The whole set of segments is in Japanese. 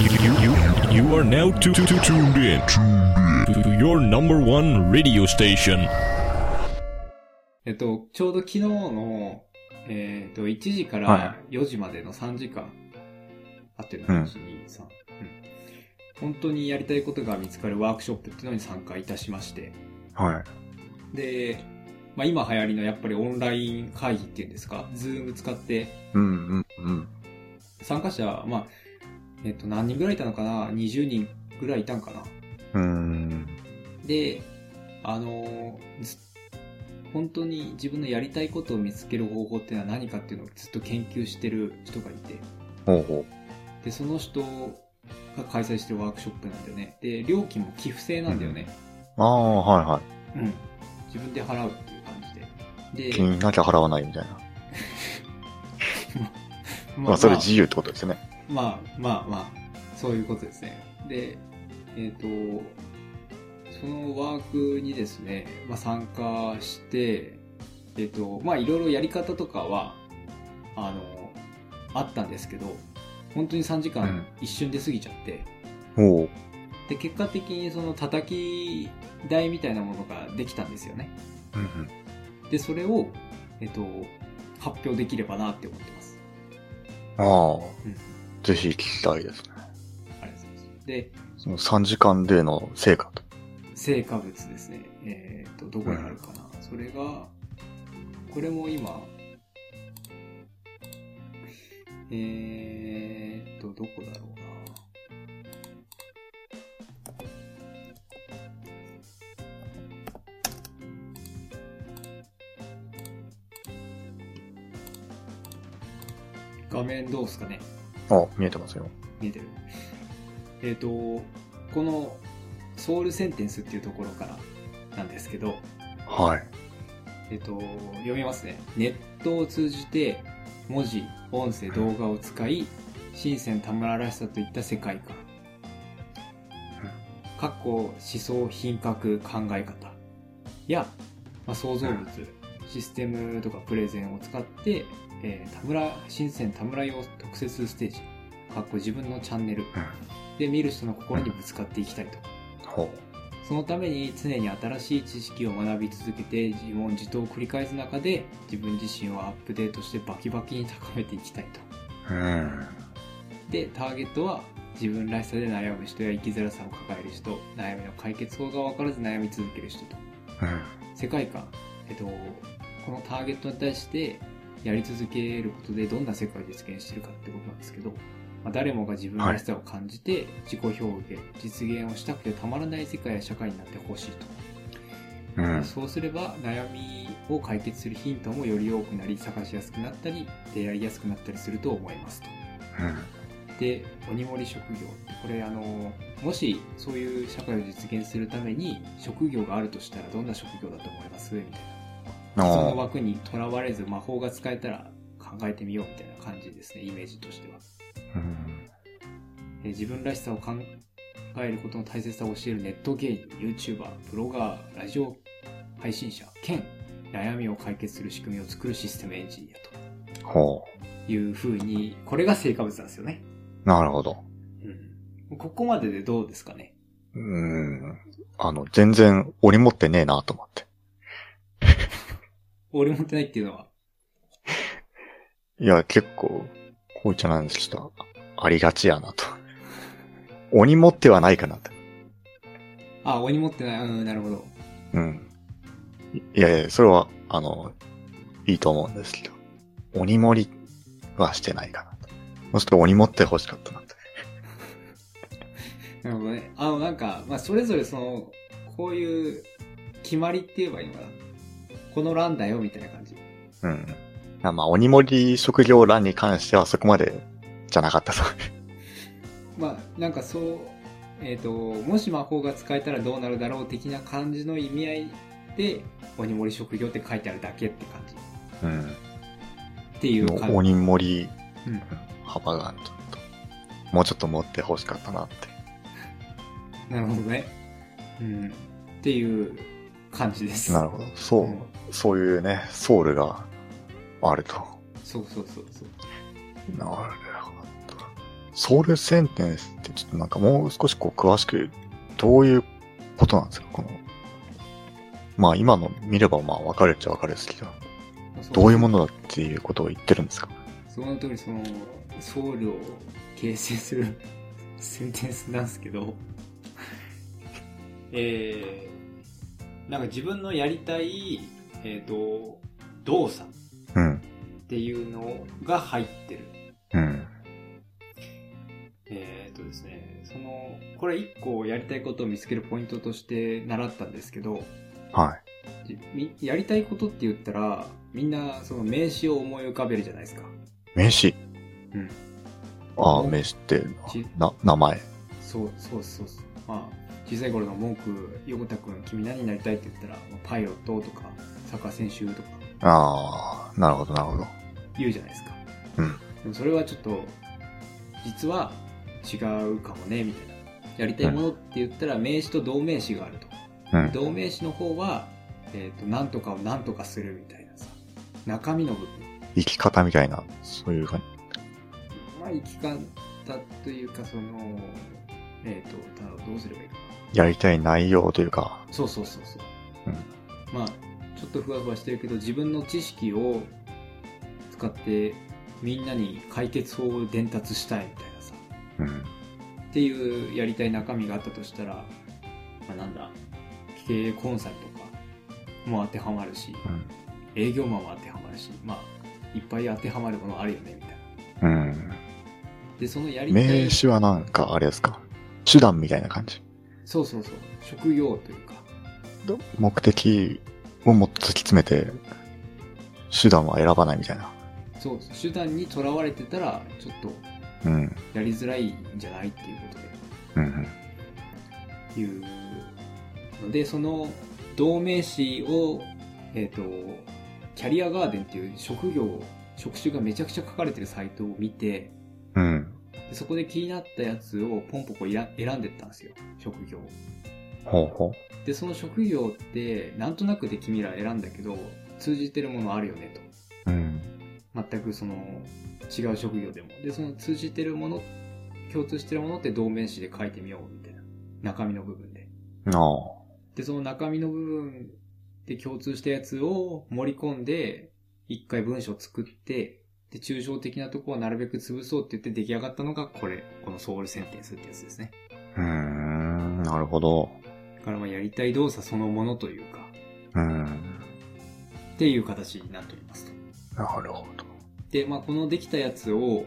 You are now tuned in to your number one radio station. ちょうど昨日の、1時から4時までの3時間、あってるの、1、2、3。本当にやりたいことが見つかるワークショップっていうのに参加いたしまして。 はい。 で、今流行りのやっぱりオンライン会議っていうんですか、ズーム使って、参加者、何人ぐらいいたのかな ?20 人ぐらいいたんかな。で、本当に自分のやりたいことを見つける方法っていうのは何かっていうのをずっと研究してる人がいて。で、その人が開催してるワークショップなんだよね。で、料金も寄付制なんだよね。自分で払うっていう感じで。で、 気になきゃ払わないみたいな。それ自由ってことですよね。 そういうことですね。で、そのワークにですね、参加して、いろいろやり方とかは、あったんですけど、本当に3時間一瞬で過ぎちゃって、で、結果的にその叩き台みたいなものができたんですよね。で、それを、発表できればなって思ってます。 ぜひ聞きたいですね。 ありがとうございます。で、 その3時間での成果と。 成果物ですね。どこにあるかな。それが、これも今、どこだろうな。画面どうすかね。 見えてますよ。 見えてる。このソウルセンテンスっていうところからなんですけど、 はい。 読みますね。ネットを通じて文字、音声、動画を使い、深セン田村らしさといった世界観、思想、品格、考え方や、創造物、システムとかプレゼンを使って、深セン田村用特設ステージ、自分のチャンネルで見る人の心にぶつかっていきたいと。そのために常に新しい知識を学び続けて自問自答を繰り返す中で自分自身をアップデートしてバキバキに高めていきたいと。で、ターゲットは自分らしさで悩む人や生きづらさを抱える人、悩みの解決法が分からず悩み続ける人と。世界観、このターゲットに対してやり続けることでどんな世界を実現しているかってことなんですけど、誰もが自分らしさを感じて自己表現、実現をしたくてたまらない世界や社会になってほしいと。そうすれば悩みを解決するヒントもより多くなり、探しやすくなったり出会いやすくなったりすると思いますと。で、鬼盛り職業ってこれもしそういう社会を実現するために職業があるとしたらどんな職業だと思いますみたいな。その枠にとらわれず魔法が使えたら考えてみようみたいな感じですね、イメージとしては。自分らしさを考えることの大切さを教えるネット芸人、YouTuber、ブロガー、ラジオ配信者兼悩みを解決する仕組みを作るシステムエンジニアという風に、これが成果物なんですよね。 なるほど。 ここまででどうですかね。 全然折り持ってねえなと思って。 折り持ってないっていうのは、 いや、結構こういっちゃなんですけど、ありがちやなと。鬼持ってはないかなと。 鬼持ってない。なるほど。 いやいや、それは、いいと思うんですけど、鬼盛りはしてないかなと。もうちょっと鬼持って欲しかったなと。 なるほどね。なんか、それぞれこういう決まりって言えばいいのかな。この欄だよ、みたいな感じ。 鬼盛り職業欄に関してはそこまでじゃなかったそう。 なんかそう、もし魔法が使えたらどうなるだろう的な感じの意味合いで、鬼盛り職業って書いてあるだけって感じ。っていう感じ。 鬼盛り、幅がちょっと、もうちょっと持って欲しかったなって。 なるほどね。っていう感じです。 なるほど。そういうね、ソウルがあると。 そう。 なるほど。 ソウルセンテンスってちょっとなんかもう少しこう詳しく、どういうことなんですかこの、まあ今の見ればまあ分かるっちゃ分かるんですけど、どういうものだっていうことを言ってるんですか？ その通り、その、ソウルを形成するセンテンスなんですけど、なんか自分のやりたい、動作うん。 っていうのが入ってる。 うん。 ですね、これ一個やりたいことを見つけるポイントとして習ったんですけど、 はやりたいことって言ったら、みんなその名詞を思い浮かべるじゃないですか。 い。名詞。 うん。 ああ、名詞って名前。 そう。まあ、小さい頃の文句、横田くん、君何になりたいって言ったら、パイロットとか、サッカー選手とか。 ああ、なるほど、なるほど。 言うじゃないですか。 うん。 でもそれはちょっと、実は違うかもね、みたいな。やりたいものって言ったら、名詞と動名詞があると。 うん。 動名詞の方は、なんとかをなんとかするみたいなさ、中身の部分。 生き方みたいな、そういう感じ。 まあ、生き方というか、どうすればいいかな。 やりたい内容というか。 そう。 うん。 まあ、ちょっとふわふわしてるけど、自分の知識を使ってみんなに解決法を伝達したいみたいなさ、 うん。 っていうやりたい中身があったとしたら、まあ、なんだ、経営コンサルとかも当てはまるし、 うん。 営業マンも当てはまるし、まあ、いっぱい当てはまるものあるよね、みたいな。 うん。 で、そのやりたい。 名詞はなんか、あれですか。手段みたいな感じ。 そう。職業というか。 目的をもっと突き詰めて、手段は選ばないみたいな。 そう。手段にとらわれてたら、ちょっと、 うん。 やりづらいんじゃないっていうことで。 うん。 いうので、その動名詞を、キャリアガーデンっていう職種がめちゃくちゃ書かれてるサイトを見て、 うん。 でそこで気になったやつをポンポコ選んでったんですよ、職業。 ほうほで、その職業ってなんとなくで君ら選んだけど、通じてるものあるよねと。 う。うん。 全くその違う職業でも。で、その通じてるもの、共通してるものって動名詞で書いてみようみたいな。中身の部分で。 ああ。 で、その中身の部分で共通したやつを盛り込んで、一回文章を作って、で、抽象的なところをなるべく潰そうって言って出来上がったのがこのソウルセンテンスってやつですね。 なるほど。 だからまあやりたい動作そのものというか、っていう形になっておりますと。 なるほど。 で、まあこのできたやつを、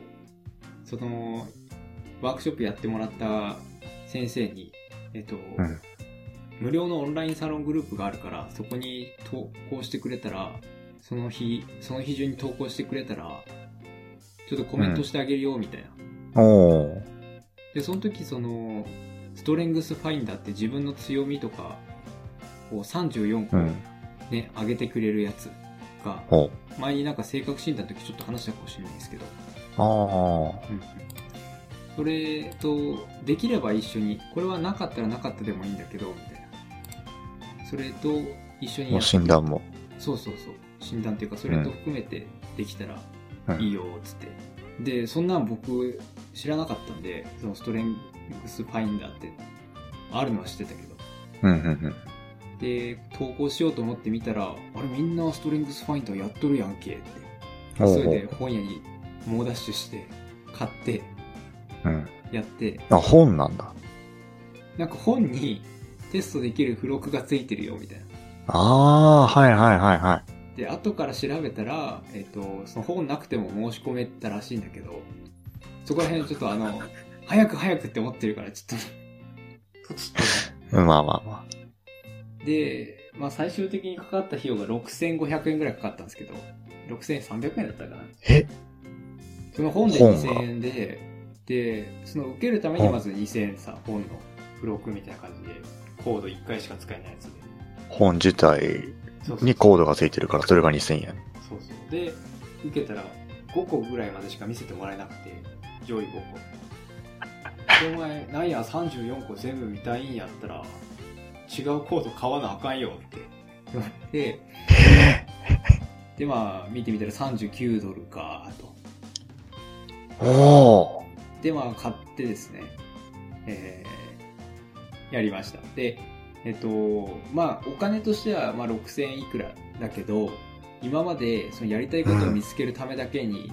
ワークショップやってもらった先生に、無料のオンラインサロングループがあるから、そこに投稿してくれたら、その日中に投稿してくれたら、ちょっとコメントしてあげるよ、みたいな。 おー。 で、その時ストレングスファインダーって自分の強みとかを34個ね、上げてくれるやつが、前になんか性格診断の時ちょっと話したかもしれないんですけど、それと、できれば一緒に、これはなかったらなかったでもいいんだけど、みたいな。それと一緒に診断も。 そう。診断っていうか、それと含めてできたらいいよ、つって。で、そんなん僕知らなかったんで、そのストレングスファインダーってあるのは知ってたけど。で、投稿しようと思ってみたら、あれみんなストレングスファインダーやっとるやんけって。それで本屋に猛ダッシュして買ってやって、 あ、本なんだ。 なんか本にテストできる付録がついてるよみたいな。 ああ、はい。 で、後から調べたら、その本なくても申し込めたらしいんだけど、そこら辺ちょっと早くって思ってるからちょっとまあ。 で、まあ最終的にかかった費用が6500円ぐらいかかったんですけど、6300円だったかな。その本で2000円で、その受けるためにまず2000円さ、本の付録みたいな感じで、コード1回しか使えないやつで。 本自体にコードがついてるから、それが2000円。 そう。で、受けたら5個ぐらいまでしか見せてもらえなくて、上位5個。お前、なんや34個全部見たいんやったら、違うコード買わなあかんよって言われて、で、まあ、見てみたら$39か、と。 おー。 で、まあ買ってですね、やりました。で、まあお金としてはまあ6000いくらだけど、今までそのやりたいことを見つけるためだけに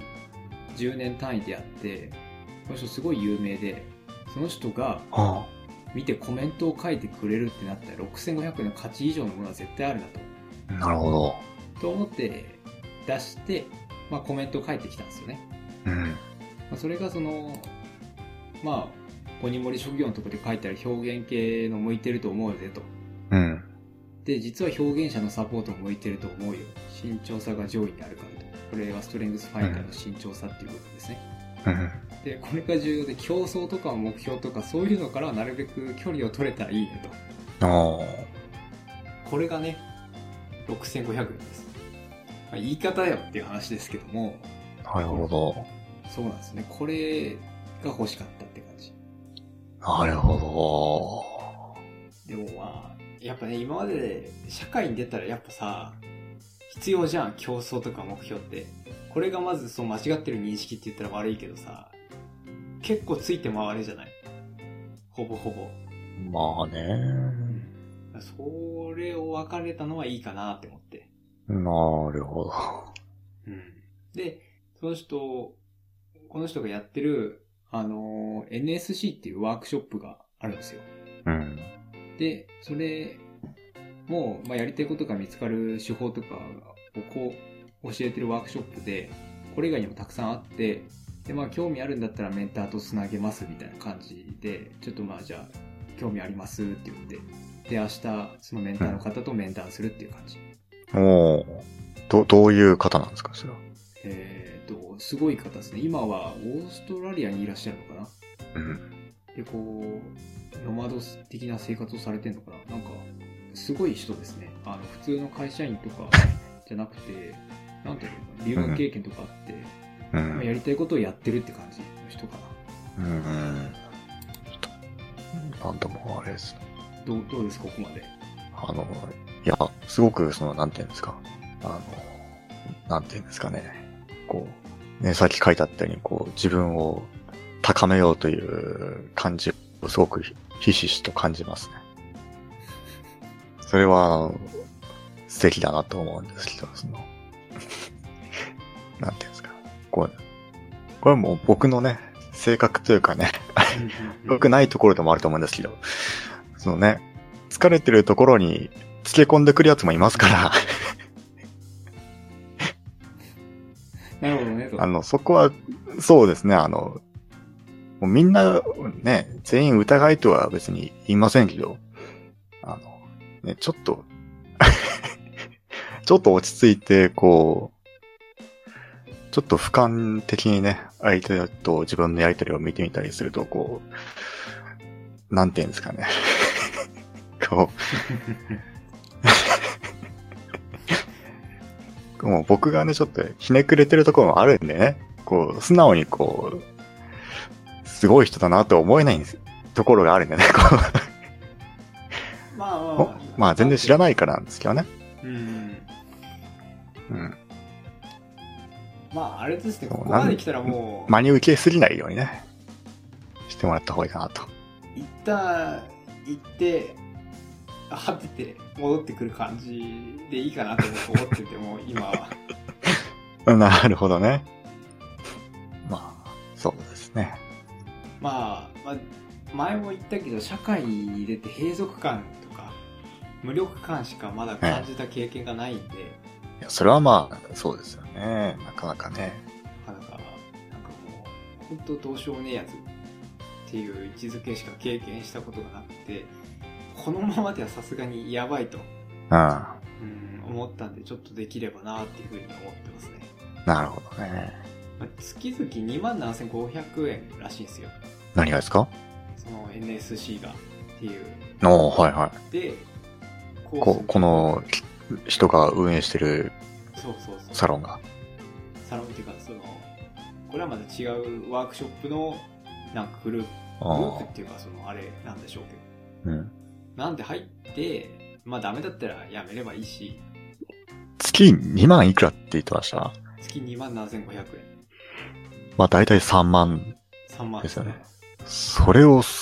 10年単位でやって、この人すごい有名で、その人が見てコメントを書いてくれるってなったら6500円の価値以上のものは絶対あるなと。 なるほど。 と思って出して、まあコメントを書いてきたんですよね。 うん。 まあ、それがその、まあ、鬼盛り職業のところで書いてある表現系の向いてると思うぜと。 うん。 で、実は表現者のサポートも向いてると思うよ。慎重さが上位にあるからと。これはストレングスファインダーの慎重さっていう部分ですね。 うん。 で、これが重要で、競争とか目標とかそういうのからはなるべく距離を取れたらいいねと。これがね、6500円です。まあ、言い方よっていう話ですけども。 なるほど。 そうなんですね。これが欲しかったって感じ。 なるほでもまあ、やっぱね、今まで社会に出たらやっぱさ、必要じゃん、競争とか目標って。これがまずそう間違ってる認識って言ったら悪いけどさ、結構ついて回るじゃない。ほぼほぼ。 ど。まあね。 それを分かれたのはいいかなって思って。 なるほど。 うん。で、この人がやってる、NSC っていうワークショップがあるんですよ。 うん。 で、それも、まあ、やりたいことが見つかる手法とかをこう教えてるワークショップで、これ以外にもたくさんあって、で、まあ、興味あるんだったらメンターとつなげますみたいな感じで、ちょっとまあ、じゃあ、興味ありますって言って、で、明日、そのメンターの方と面談するっていう感じ。 おー。どういう方なんですか、それは。 すごい方ですね。今はオーストラリアにいらっしゃるのかな。 うん。 で、こう、ノマド的な生活をされてるのかな。なんか、すごい人ですね。普通の会社員とかじゃなくて、なんていうの、留学経験とかあって、まあ、やりたいことをやってるって感じの人かな。 なんともあれですね。 どうですか、ここまで。 いや、すごく、なんていうんですか。なんていうんですかね。こう、ね、さっき書いてあったように、こう、自分を高めようという感じをすごくひしひしと感じますね。それは、素敵だなと思うんですけど、なんていうんですか。これも僕のね、性格というかね、良くないところでもあると思うんですけど、疲れてるところにつけ込んでくるやつもいますから、 なるほどね。 そこは、そうですね、もうみんな、ね、全員疑いとは別に言いませんけど、ね、ちょっと落ち着いて、こう、ちょっと俯瞰的にね、相手と自分のやりとりを見てみたりすると、こう、なんていうんですかね。こう、もう僕がね、ちょっとひねくれてるところもあるんでね、こう、素直にこう、すごい人だなと思えないところがあるんでね、こう。まあ全然知らないからなんですけどね。うん。 まああれですね、ここまで来たらもう。 真に受けすぎないようにね、してもらった方がいいかなと。 行って、はってて戻ってくる感じでいいかなと思ってても、今は。 なるほどね。まあ、そうですね。 まあ、前も言ったけど、社会に出て閉塞感とか、無力感しかまだ感じた経験がないんで。 いや、それはまあ、そうですよね。なかなかね。 なんかもう、本当どうしようもねえやつっていう位置づけしか経験したことがなくて、このままではさすがにやばいと、思ったんで、ちょっとできればなっていうふうに思ってますね。 なるほどね。 月々27,500円らしいんですよ。 何がですか？ その NSC がっていう。 はいはい。 で、 この人が運営してるサロンが。 サロンっていうか、これはまた違うワークショップのなんかグループっていうか、あれなんでしょうけど。なんで入って、まあダメだったらやめればいいし。 月2万いくらって言ってました？ 月27,500円。 まあ大体3万端末ですよね。それを、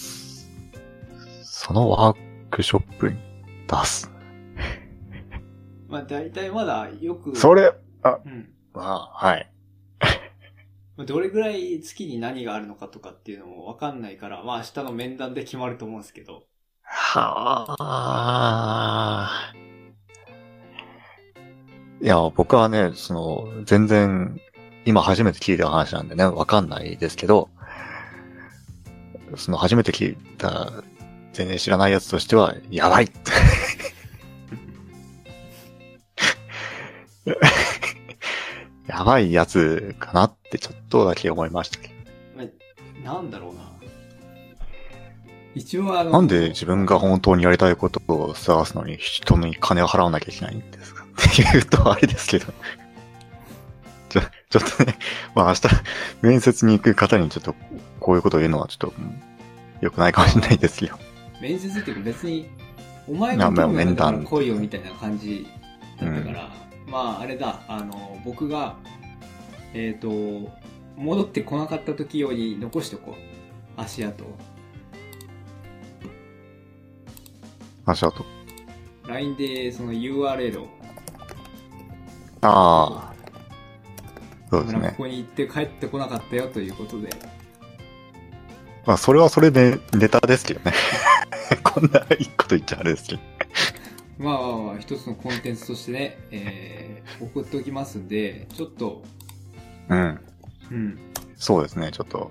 そのワークショップに出す。 まあ大体まだよく。 それ、 うん。 まあ、はい。 どれぐらい月に何があるのかとかっていうのもわかんないから、まあ明日の面談で決まると思うんですけど。 はあ。いや、僕はね、全然、今初めて聞いた話なんでね、わかんないですけど、初めて聞いた、全然知らないやつとしては、やばいやばいやつかなってちょっとだけ思いましたけど。 なんだろうな。一応なんで自分が本当にやりたいことを探すのに人に金を払わなきゃいけないんですかっていうとあれですけど。ちょっとね、まあ明日面接に行く方にちょっとこういうことを言うのはちょっと良くないかもしれないですけど。 面接っていうか別に、お前が興味があるから来いよみたいな感じだったから、まああれだ、僕が、戻ってこなかった時用に残しておこう。足跡を。 足跡。 LINE でその URL を。 ああ。そうですね。 ここに行って帰ってこなかったよということで。 まあそれはそれでネタですけどね。こんないいこと言っちゃあれですけど。 まあ一つのコンテンツとしてね、送っておきますんで、ちょっと。 うん。 うん。 そうですね、ちょっと。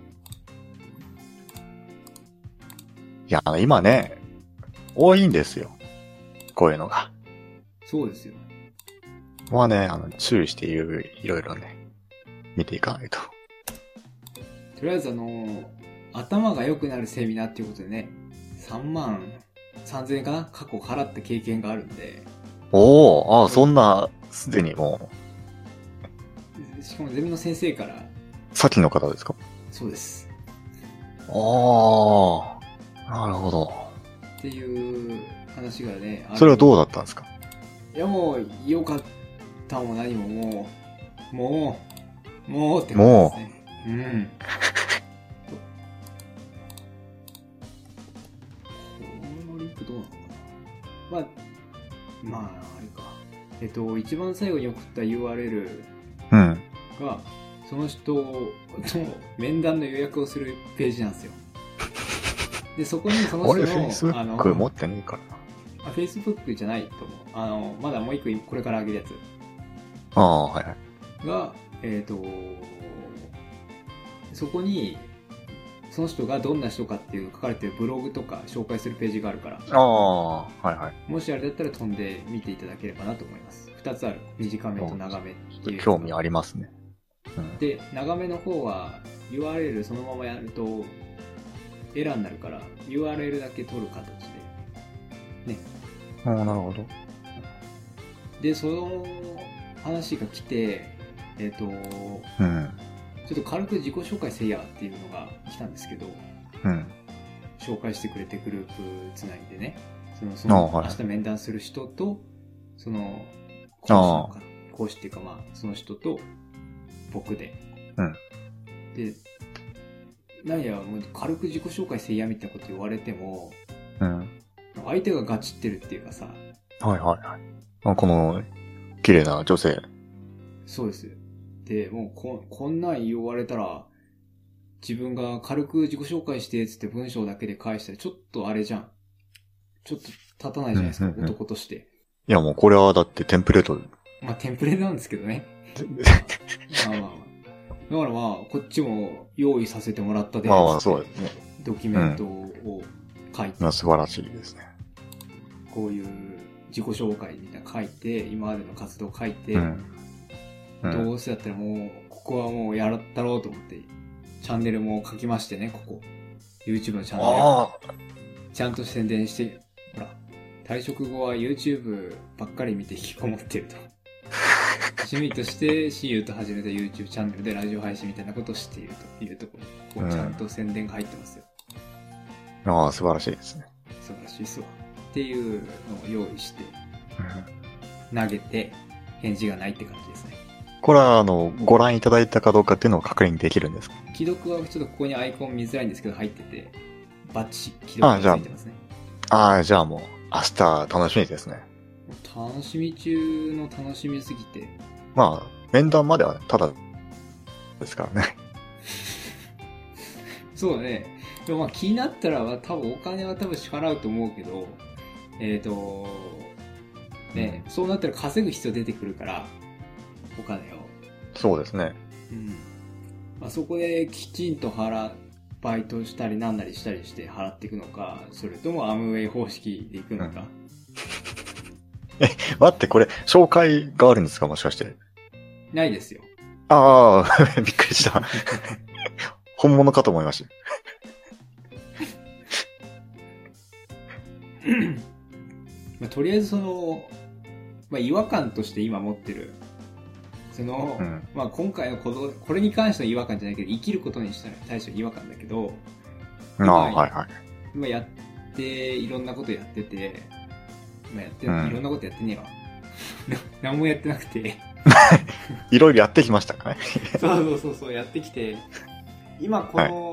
いや、今ね、多いんですよ。こういうのが。 そうですよ。 まあね、注意していろいろね、見ていかないと。 とりあえず頭が良くなるセミナーっていうことでね、3万3000円かな過去払った経験があるんで。 おー、ああ、そんな、すでにもう。しかもゼミの先生から。 先の方ですか？ そうです。 ああ、なるほど。 っていう話がね。 それはどうだったんですか？ いやもう、良かったも何ももうって感じですね。 もう。うん。このリンクどうなのかな。まああれか。一番最後に送った URL が、その人と面談の予約をするページなんですよ。で、そこにその人の、 俺 Facebook 持ってねえからな。Facebook じゃないと思う。まだもう一個これからあげるやつ。 ああ、はいはい。 が、そこに、その人がどんな人かっていう書かれてるブログとか紹介するページがあるから。 ああ、はいはい。 もしあれだったら飛んで見ていただければなと思います。2つある。短めと長めっていう。 興味ありますね。 うん、で、長めの方は URL そのままやるとエラーになるから URL だけ取る形で。ね。 ああ、なるほど。 で、その話が来て、 うん。 ちょっと軽く自己紹介せやっていうのが来たんですけど、 うん。 紹介してくれてグループつないでね、その明日面談する人と、その講師っていうかまあその人と僕で、 うん。 で、何やもう軽く自己紹介せやみたいなこと言われても、 うん。 相手がガチってるっていうかさ、 はいはいはい。この綺麗な女性。 そうですよ。で、もうこんなん言われたら、自分が軽く自己紹介してつって文章だけで返したらちょっとあれじゃん。ちょっと立たないじゃないですか、男として。 いやもうこれはだってテンプレート。 まあテンプレなんですけどね。まあだからまあ、こっちも用意させてもらったで。 まあそうですね。 ドキュメントを書いて。 素晴らしいですね。 こういう自己紹介みたいな書いて、今までの活動を書いて、どうせだったらもう、ここはもうやったろうと思って、チャンネルも書きましてね、ここ。YouTube のチャンネル。ちゃんと宣伝して、ほら、退職後は YouTube ばっかり見て引きこもってると。趣味として親友と始めた YouTube チャンネルでラジオ配信みたいなことをしているというところに、こうちゃんと宣伝が入ってますよ。 ああ、素晴らしいですね。 素晴らしいっすわ。っていうのを用意して、投げて、返事がないって感じですね。 これはご覧いただいたかどうかっていうのを確認できるんですか？ 既読はちょっとここにアイコン見づらいんですけど入ってて、バッチ既読がついてますね。 じゃあもう、明日楽しみですね。 楽しみ中の楽しみすぎて。 まあ、面談まではただですからね。 そうだね。でもまあ気になったら多分お金は多分支払うと思うけど、ね、そうなったら稼ぐ必要出てくるから、お金を。 そうですね。 うん。まあ、そこできちんとバイトしたりなんなりしたりして払っていくのか、それともアムウェイ方式でいくのか。 待って、これ、紹介があるんですか、もしかして。 ないですよ。 ああ、びっくりした。本物かと思いました。 まあ、とりあえずまあ、違和感として今持ってる、まあ、今回のこれに関しての違和感じゃないけど、生きることに対しての違和感だけど、 はいはい。 今いろんなことやってて、いろんなことやってねえわ。何もやってなくて。 いろいろやってきましたかね。 そう、やってきて、今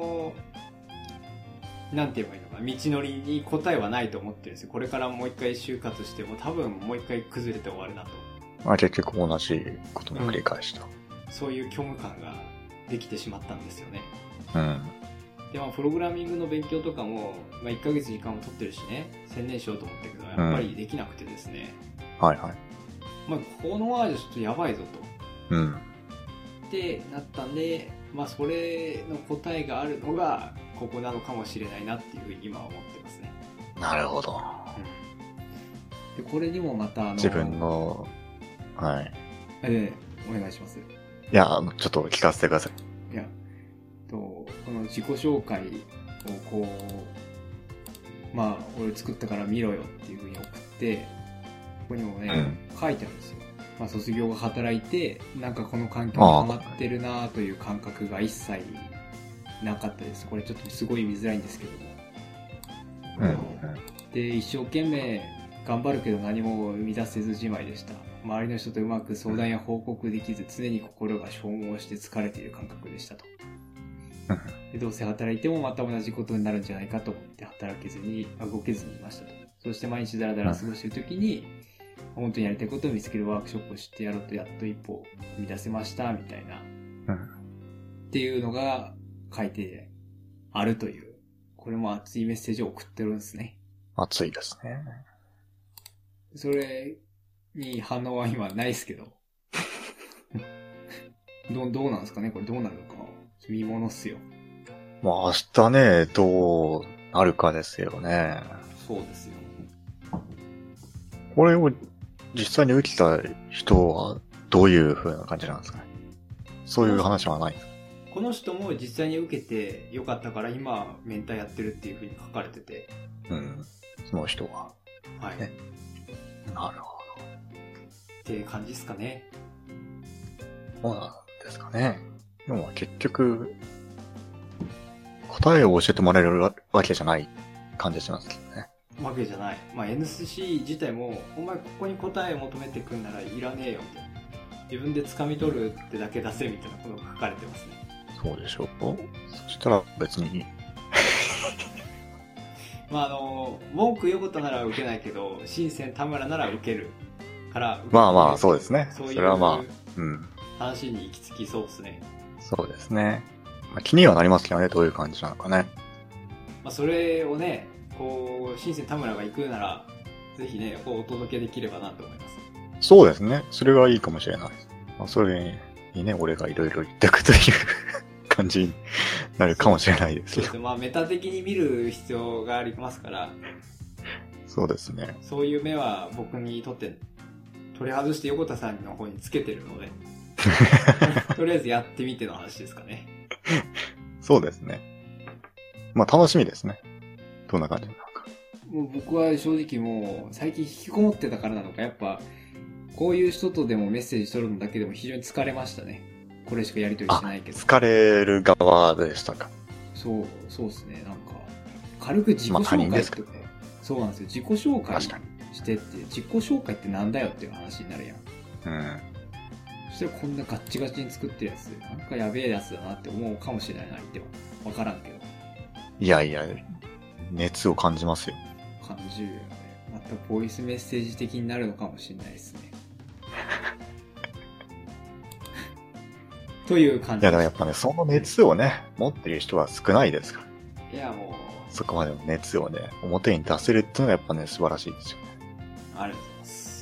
なんて言えばいいのかな、道のりに答えはないと思ってるんですよ。これからもう一回就活しても多分もう一回崩れて終わるなと。 結局同じことの繰り返しと、 そういう虚無感ができてしまったんですよね。 うん。 でプログラミングの勉強とかも、1ヶ月時間を取ってるしね、専念しようと思ったけど、やっぱりできなくてですね。 はいはい。 このままじゃちょっとやばいぞと。 うん。 ってなったんで、それの答えがあるのが、ここなのかもしれないなっていうふうに今は思ってますね。 なるほど。 でこれにもまた自分の、はい。 お願いします。 いや、ちょっと聞かせてください。 いや、この自己紹介を俺作ったから見ろよっていうふうに送って、ここにもね、書いてあるんですよ。卒業が働いて、なんかこの環境にハマってるなという感覚が一切なかったです。これちょっとすごい見づらいんですけども。で、一生懸命頑張るけど何も生み出せずじまいでした。周りの人とうまく相談や報告できず、常に心が消耗して疲れている感覚でしたと。でどうせ働いてもまた同じことになるんじゃないかと思って動けずにいましたと。そして毎日だらだら過ごしている時に、本当にやりたいことを見つけるワークショップを知ってやろうとやっと一歩踏み出せましたみたいな、っていうのが書いてあるという、これも熱いメッセージを送ってるんですね。 熱いですね。 それに反応は今ないですけどどうなんですかね、これどうなるのか見ものっすよ。 明日ね、どうなるかですよね。 そうですよ。 これを実際に受けた人はどういう風な感じなんですかね。そういう話はないんですか。 この人も実際に受けてよかったから今メンターやってるっていう風に書かれてて。 その人は。 はい。 ね、なるほど。 っていう感じですかね。 そうなんですかね。でも結局、答えを教えてもらえるわけじゃない感じしますけどね。 わけじゃない。NSC 自体も、お前ここに答えを求めてくんならいらねえよみたいな。自分で掴み取るってだけ出せみたいなことが書かれてますね。 そうでしょう。そしたら別に。 文句言うことなら受けないけど、新鮮田村なら受けるからそうですね。 そういうそれは話に行き着きそうですね。 そうですね。気にはなりますけどね、どういう感じなのかね。 それをね、新鮮田村が行くなら、ぜひね、お届けできればなと思います。 そうですね。それがいいかもしれない。それにね、俺がいろいろ言っていくという感じになるかもしれないですけど。 そうですね。メタ的に見る必要がありますから。 そうですね。 そういう目は僕にとって取り外して横田さんの方につけてるので、とりあえずやってみての話ですかね。 そうですね。楽しみですね。どんな感じなのか。 もう僕は正直もう最近引きこもってたからなのか、やっぱこういう人とでもメッセージ取るのだけでも非常に疲れましたね。これしかやり取りしてないけど。 疲れる側でしたか。 そうですね。なんか軽く自己紹介とか、そうなんですよ。自己紹介してって、自己紹介ってなんだよっていう話になるやん。 そしたらこんなガッチガチに作ってるやつ、なんかやべえやつだなって思うかもしれないなってわからんけど。 いやいや、熱を感じますよ。 感じるよね。またボイスメッセージ的になるのかもしれないですね。という感じ。 いや、だからやっぱね、その熱をね、持ってる人は少ないですから。 いや、もう。 そこまでの熱をね、表に出せるっていうのがやっぱね、素晴らしいですよね。 ありがとうございます。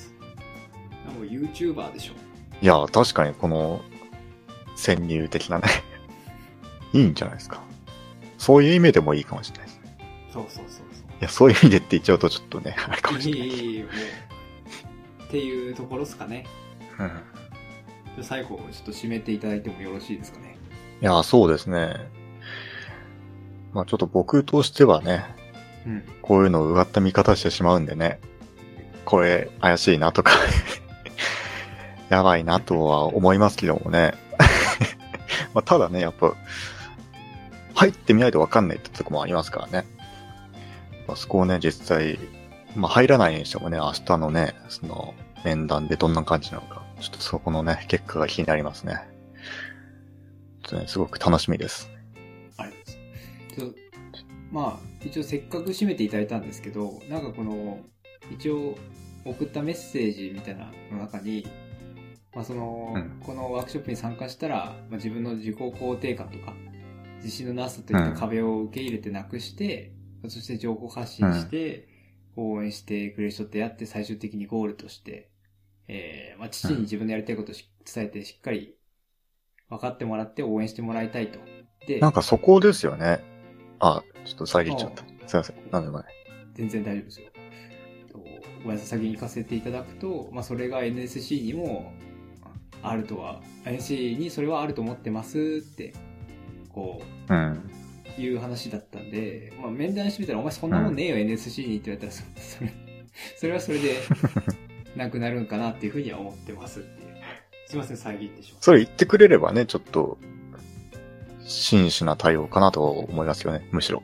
もう YouTuber でしょ。 いや、確かにこの、潜入的なね、いいんじゃないですか。そういう意味でもいいかもしれないですね。 そう。いや、そういう意味でって言っちゃうとちょっとね、あれかもしれない。 いい、もう。っていうところですかね。 うん。 最後、ちょっと締めていただいてもよろしいですかね。 いや、そうですね。まあちょっと僕としてはね、 うん。 こういうのをうがった見方してしまうんでね、これ怪しいなとか、やばいなとは思いますけどもね。まあただね、やっぱ、入ってみないとわかんないってとこもありますからね。まあ、そこをね、実際、まあ入らないにしてもね、明日のね、その面談でどんな感じなのか、ちょっとそこのね、結果が気になりますね。ちょっとね、すごく楽しみです。 ありがとうございます。まあ、一応せっかく締めていただいたんですけど、なんかこの、一応送ったメッセージみたいなの中に、まあその、このワークショップに参加したら、まあ、自分の自己肯定感とか、自信のなさといった壁を受け入れてなくして、そして情報発信して、応援してくれる人ってやって最終的にゴールとして、まあ父に自分のやりたいことを伝えてしっかり分かってもらって応援してもらいたいと。で、 なんかそこですよね。あ、ちょっと遮っちゃった。すいません。なんでもない。 全然大丈夫ですよ。ごめんなさい、先に行かせていただくと、まあそれが NSC にもあるとは、NSC にそれはあると思ってますって、こう、いう話だったんで、まあ面談してみたら、お前そんなもんねえよ、NSC にって言われたら、それはそれで、なくなるんかなっていうふうには思ってますっていう。すいません、遮ってしまう。 それ言ってくれればね、ちょっと、真摯な対応かなと思いますよね、むしろ。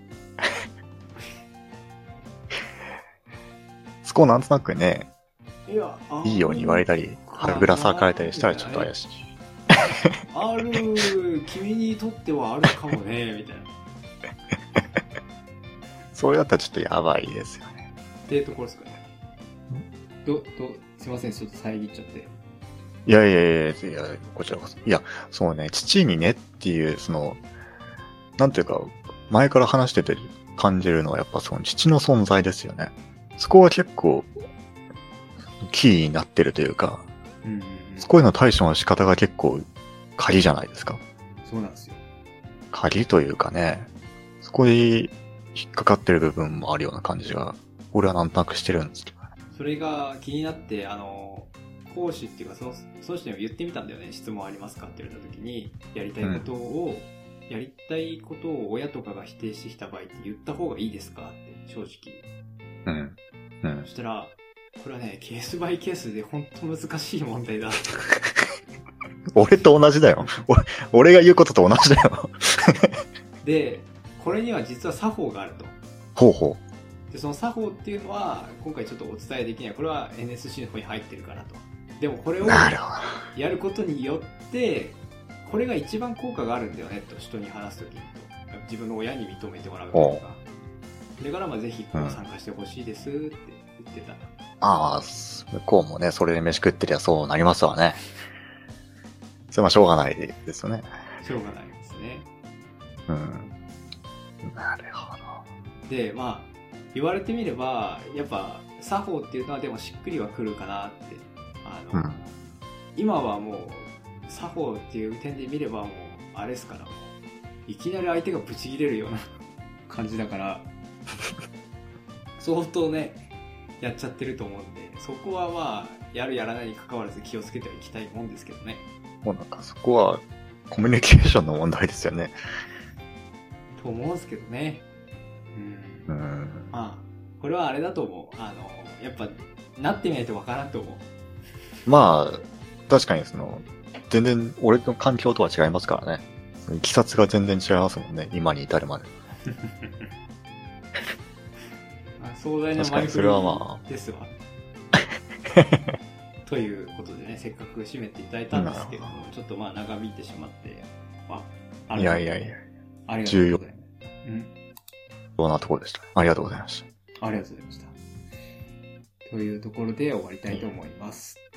そこをなんとなくね、いいように言われたり、はぐらさかれたりしたらちょっと怪しい。 君にとってはあるかもね、みたいな。 それだったらちょっとやばいですよね。 っていうところですかね。すいません、ちょっと遮っちゃって。 いや、こちらこそ。いや、そうね、父にねっていう、その、なんていうか、前から話してて感じるのはやっぱその父の存在ですよね。そこは結構、キーになってるというか、そこへの対処の仕方が結構、鍵じゃないですか。 そうなんですよ。 鍵というかね、そこで引っかかってる部分もあるような感じが、俺はなんとなくしてるんですけど。 それが気になって、講師っていうか、その人にも言ってみたんだよね。質問ありますかって言われた時に、やりたいことを親とかが否定してきた場合って言った方がいいですかって、正直。そしたら、これはね、ケースバイケースで本当難しい問題だ。 俺と同じだよ。俺が言うことと同じだよ。 で、これには実は作法があると。 ほう。 で、その作法っていうのは、今回ちょっとお伝えできない。これは NSC の方に入ってるからと。でもこれをやることによって、これが一番効果があるんだよねと、人に話すときにと。自分の親に認めてもらうとか。だからまあぜひこう参加してほしいですって言ってた。 ああ、向こうもね、それで飯食ってりゃそうなりますわね。それはしょうがないですよね。 しょうがないですね。 なるほど。 で、まあ、言われてみれば、やっぱ、作法っていうのはでもしっくりはくるかなって。今はもう、作法っていう点で見ればもう、あれですから、もう、いきなり相手がブチ切れるような感じだから、相当ね、やっちゃってると思うんで、そこはまあ、やるやらないに関わらず気をつけてはいきたいもんですけどね。 もうなんかそこは、コミュニケーションの問題ですよね。 と思うんですけどね。まあ、これはあれだと思う。やっぱ、なってみないとわからんと思う。 まあ、確かに全然俺の環境とは違いますからね。いきさつが全然違いますもんね、今に至るまで。 壮大な前振りですわ。 ということでね、せっかく締めていただいたんですけども、ちょっとまあ長引いてしまって、 いや。 ありがとうございます。 重要うん。 そうなところでした。ありがとうございました。 ありがとうございました。というところで終わりたいと思います。